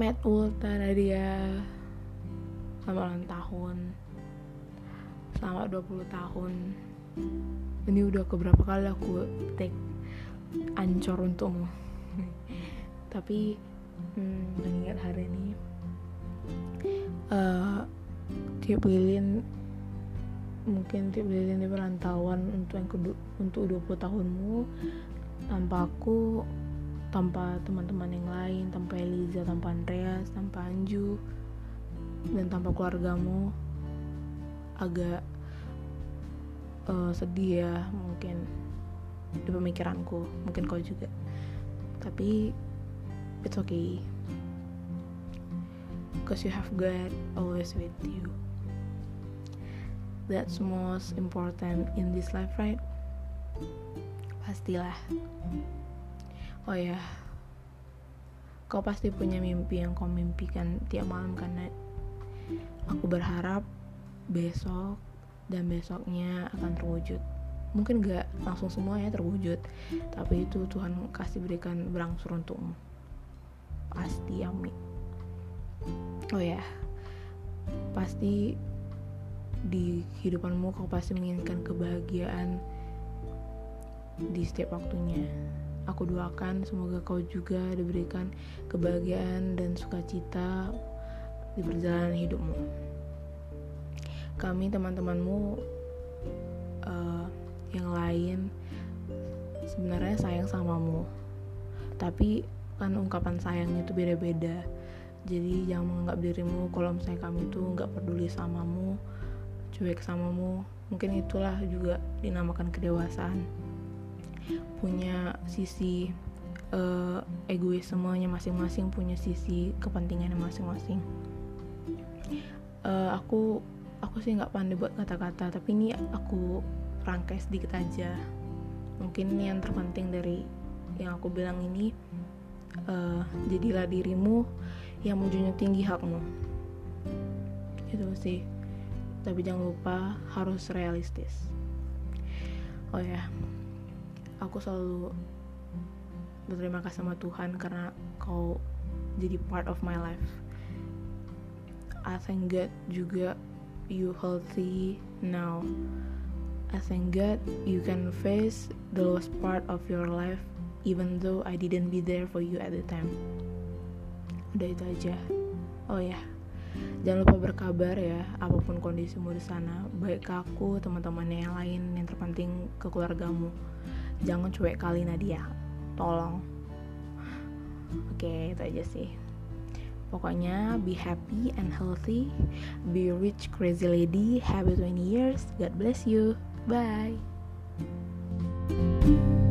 Matt Ulta Nadia selamat ulang tahun, selamat 20 tahun. Ini udah keberapa kali aku take ancor untukmu. Tapi mengingat hari ini tiup lilin di perantauan untuk 20 tahunmu, tanpa aku, tanpa teman-teman yang lain, tanpa Eliza, tanpa Andreas, tanpa Anju, dan tanpa keluargamu, agak sedih ya, mungkin di pemikiranku, mungkin kau juga. Tapi it's okay, because you have God always with you. That's most important in this life, right? Pastilah. Oh ya, kau pasti punya mimpi yang kau mimpikan tiap malam, karena aku berharap besok dan besoknya akan terwujud. Mungkin gak langsung semuanya terwujud, tapi itu Tuhan kasih berikan berangsur untukmu. Pasti, amin. Oh ya, pasti di kehidupanmu kau pasti menginginkan kebahagiaan di setiap waktunya. Aku doakan semoga kau juga diberikan kebahagiaan dan sukacita di perjalanan hidupmu. Kami teman-temanmu yang lain sebenarnya sayang samamu, tapi kan ungkapan sayangnya itu beda-beda. Jadi jangan menganggap dirimu kalau misalnya kami itu gak peduli samamu, cuek samamu. Mungkin itulah juga dinamakan kedewasaan, punya sisi egoismenya masing-masing, punya sisi kepentingannya masing-masing. Aku sih nggak pandai buat kata-kata, tapi ini aku rangkai sedikit aja. Mungkin yang terpenting dari yang aku bilang ini, jadilah dirimu yang menjunjung tinggi hakmu. Itu sih. Tapi jangan lupa harus realistis. Oh ya, aku selalu berterima kasih sama Tuhan karena kau jadi part of my life. I thank God juga you healthy now. I thank God you can face the lowest part of your life even though I didn't be there for you at the time. Udah itu aja. Oh ya, jangan lupa berkabar ya, apapun kondisimu di sana, baik ke aku, teman-temannya yang lain, yang terpenting ke keluargamu. Jangan cuek kali Nadia, tolong. Oke, itu aja sih. Pokoknya be happy and healthy, be rich crazy lady, happy 20 years, God bless you, bye.